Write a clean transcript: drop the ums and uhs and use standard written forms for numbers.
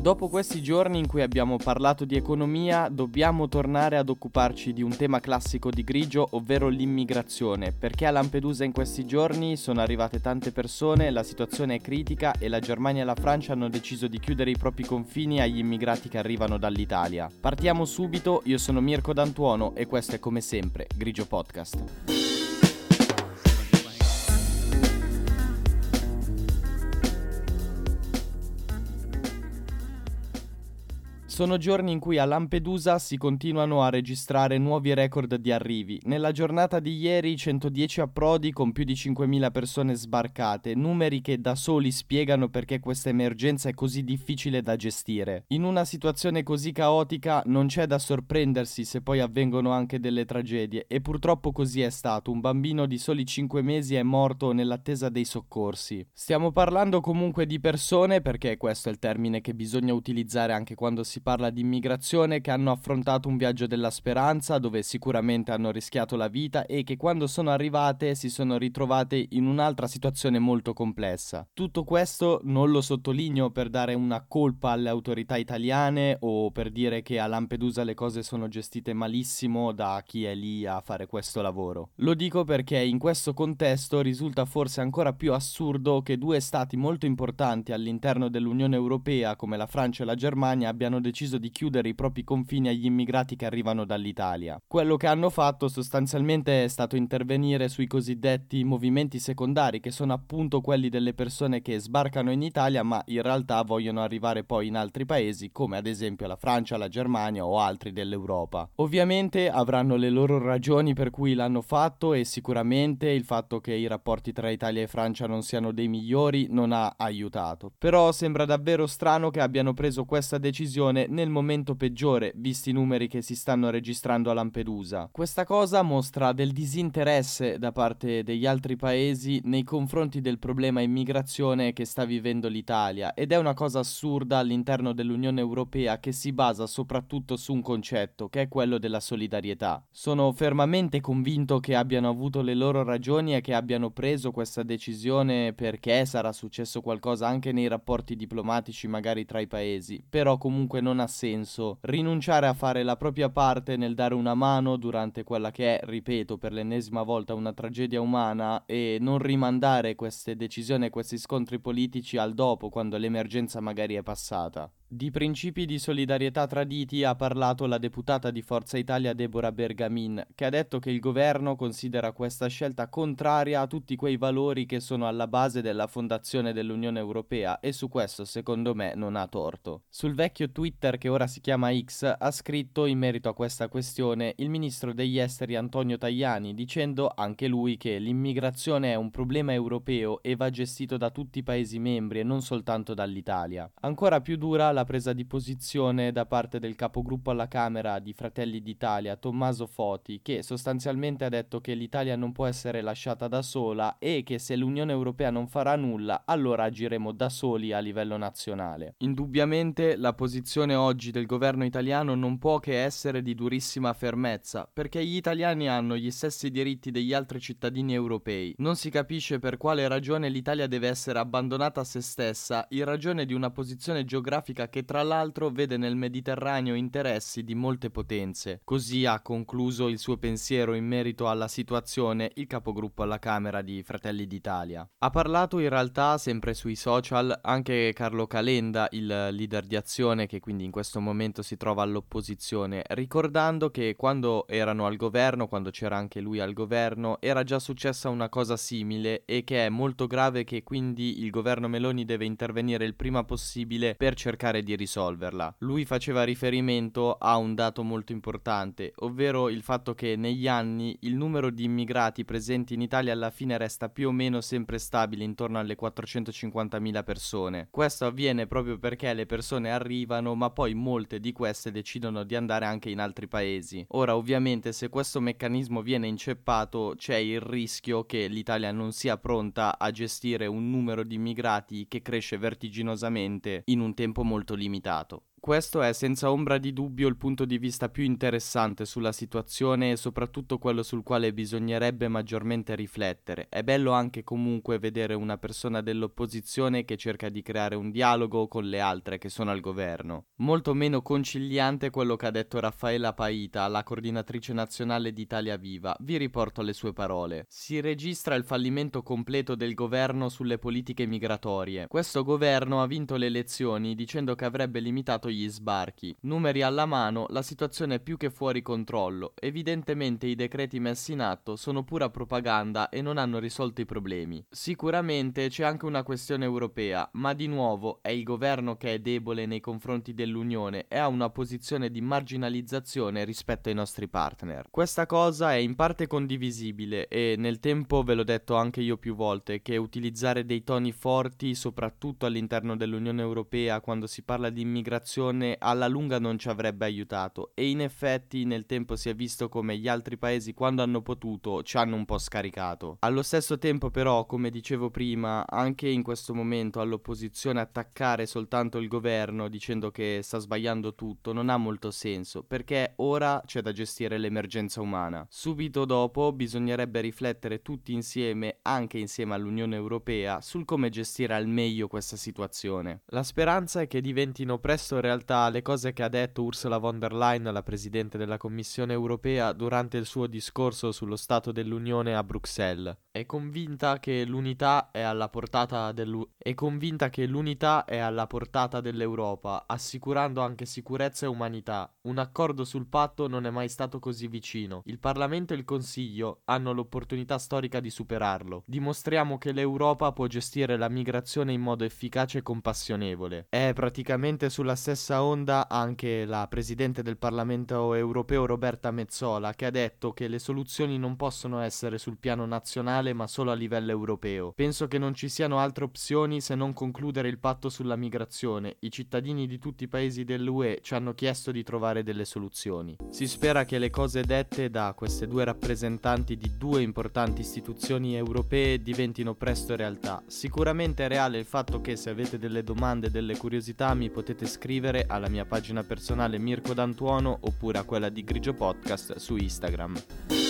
Dopo questi giorni in cui abbiamo parlato di economia, dobbiamo tornare ad occuparci di un tema classico di Grigio, ovvero l'immigrazione, perché a Lampedusa in questi giorni sono arrivate tante persone, la situazione è critica e la Germania e la Francia hanno deciso di chiudere i propri confini agli immigrati che arrivano dall'Italia. Partiamo subito, io sono Mirko D'Antuono e questo è come sempre Grigio Podcast. Sono giorni in cui a Lampedusa si continuano a registrare nuovi record di arrivi. Nella giornata di ieri 110 approdi con più di 5.000 persone sbarcate, numeri che da soli spiegano perché questa emergenza è così difficile da gestire. In una situazione così caotica non c'è da sorprendersi se poi avvengono anche delle tragedie e purtroppo così è stato. Un bambino di soli 5 mesi è morto nell'attesa dei soccorsi. Stiamo parlando comunque di persone, perché questo è il termine che bisogna utilizzare anche quando si parla di immigrazione, che hanno affrontato un viaggio della speranza dove sicuramente hanno rischiato la vita e che quando sono arrivate si sono ritrovate in un'altra situazione molto complessa. Tutto questo non lo sottolineo per dare una colpa alle autorità italiane o per dire che a Lampedusa le cose sono gestite malissimo da chi è lì a fare questo lavoro. Lo dico perché in questo contesto risulta forse ancora più assurdo che due stati molto importanti all'interno dell'Unione Europea come la Francia e la Germania abbiano deciso di chiudere i propri confini agli immigrati che arrivano dall'Italia. Quello che hanno fatto sostanzialmente è stato intervenire sui cosiddetti movimenti secondari, che sono appunto quelli delle persone che sbarcano in Italia ma in realtà vogliono arrivare poi in altri paesi come ad esempio la Francia, la Germania o altri dell'Europa. Ovviamente avranno le loro ragioni per cui l'hanno fatto e sicuramente il fatto che i rapporti tra Italia e Francia non siano dei migliori non ha aiutato. Però sembra davvero strano che abbiano preso questa decisione nel momento peggiore, visti i numeri che si stanno registrando a Lampedusa. Questa cosa mostra del disinteresse da parte degli altri paesi nei confronti del problema immigrazione che sta vivendo l'Italia ed è una cosa assurda all'interno dell'Unione Europea che si basa soprattutto su un concetto che è quello della solidarietà. Sono fermamente convinto che abbiano avuto le loro ragioni e che abbiano preso questa decisione perché sarà successo qualcosa anche nei rapporti diplomatici magari tra i paesi, però comunque non ha senso rinunciare a fare la propria parte nel dare una mano durante quella che è, ripeto, per l'ennesima volta una tragedia umana e non rimandare queste decisioni e questi scontri politici al dopo, quando l'emergenza magari è passata. Di principi di solidarietà traditi ha parlato la deputata di Forza Italia Deborah Bergamin, che ha detto che il governo considera questa scelta contraria a tutti quei valori che sono alla base della fondazione dell'Unione Europea e su questo secondo me non ha torto. Sul vecchio Twitter che ora si chiama X ha scritto in merito a questa questione il ministro degli esteri Antonio Tajani, dicendo anche lui che l'immigrazione è un problema europeo e va gestito da tutti i paesi membri e non soltanto dall'Italia. Ancora più dura la presa di posizione da parte del capogruppo alla Camera di Fratelli d'Italia, Tommaso Foti, che sostanzialmente ha detto che l'Italia non può essere lasciata da sola e che se l'Unione Europea non farà nulla, allora agiremo da soli a livello nazionale. Indubbiamente la posizione oggi del governo italiano non può che essere di durissima fermezza, perché gli italiani hanno gli stessi diritti degli altri cittadini europei. Non si capisce per quale ragione l'Italia deve essere abbandonata a se stessa in ragione di una posizione geografica che tra l'altro vede nel Mediterraneo interessi di molte potenze. Così ha concluso il suo pensiero in merito alla situazione il capogruppo alla Camera di Fratelli d'Italia. Ha parlato in realtà sempre sui social anche Carlo Calenda, il leader di Azione, che quindi in questo momento si trova all'opposizione, ricordando che quando erano al governo, quando c'era anche lui al governo, era già successa una cosa simile e che è molto grave, che quindi il governo Meloni deve intervenire il prima possibile per cercare di risolverla. Lui faceva riferimento a un dato molto importante, ovvero il fatto che negli anni il numero di immigrati presenti in Italia alla fine resta più o meno sempre stabile intorno alle 450.000 persone. Questo avviene proprio perché le persone arrivano, ma poi molte di queste decidono di andare anche in altri paesi. Ora, ovviamente, se questo meccanismo viene inceppato, c'è il rischio che l'Italia non sia pronta a gestire un numero di immigrati che cresce vertiginosamente in un tempo molto limitato. Questo è senza ombra di dubbio il punto di vista più interessante sulla situazione e soprattutto quello sul quale bisognerebbe maggiormente riflettere. È bello anche comunque vedere una persona dell'opposizione che cerca di creare un dialogo con le altre che sono al governo. Molto meno conciliante quello che ha detto Raffaella Paita, la coordinatrice nazionale di Italia Viva. Vi riporto le sue parole. Si registra il fallimento completo del governo sulle politiche migratorie. Questo governo ha vinto le elezioni dicendo che avrebbe limitato gli sbarchi. Numeri alla mano, la situazione è più che fuori controllo. Evidentemente i decreti messi in atto sono pura propaganda e non hanno risolto i problemi. Sicuramente c'è anche una questione europea, ma di nuovo è il governo che è debole nei confronti dell'Unione e ha una posizione di marginalizzazione rispetto ai nostri partner. Questa cosa è in parte condivisibile e nel tempo ve l'ho detto anche io più volte che utilizzare dei toni forti, soprattutto all'interno dell'Unione Europea quando si parla di immigrazione, alla lunga non ci avrebbe aiutato e in effetti nel tempo si è visto come gli altri paesi quando hanno potuto ci hanno un po' scaricato. Allo stesso tempo però, come dicevo prima, anche in questo momento all'opposizione attaccare soltanto il governo dicendo che sta sbagliando tutto non ha molto senso, perché ora c'è da gestire l'emergenza umana. Subito dopo bisognerebbe riflettere tutti insieme, anche insieme all'Unione Europea, sul come gestire al meglio questa situazione. La speranza è che diventino presto realtà le cose che ha detto Ursula von der Leyen, la Presidente della Commissione Europea, durante il suo discorso sullo Stato dell'Unione a Bruxelles. È convinta che l'unità è alla portata dell'Europa, assicurando anche sicurezza e umanità. Un accordo sul patto non è mai stato così vicino. Il Parlamento e il Consiglio hanno l'opportunità storica di superarlo. Dimostriamo che l'Europa può gestire la migrazione in modo efficace e compassionevole. È praticamente sulla stessa onda anche la Presidente del Parlamento Europeo Roberta Metsola, che ha detto che le soluzioni non possono essere sul piano nazionale ma solo a livello europeo. Penso che non ci siano altre opzioni se non concludere il patto sulla migrazione. I cittadini di tutti i paesi dell'UE ci hanno chiesto di trovare delle soluzioni. Si spera che le cose dette da queste due rappresentanti di due importanti istituzioni europee diventino presto realtà. Sicuramente è reale il fatto che se avete delle domande, delle curiosità mi potete scrivere alla mia pagina personale Mirko D'Antuono oppure a quella di Grigio Podcast su Instagram.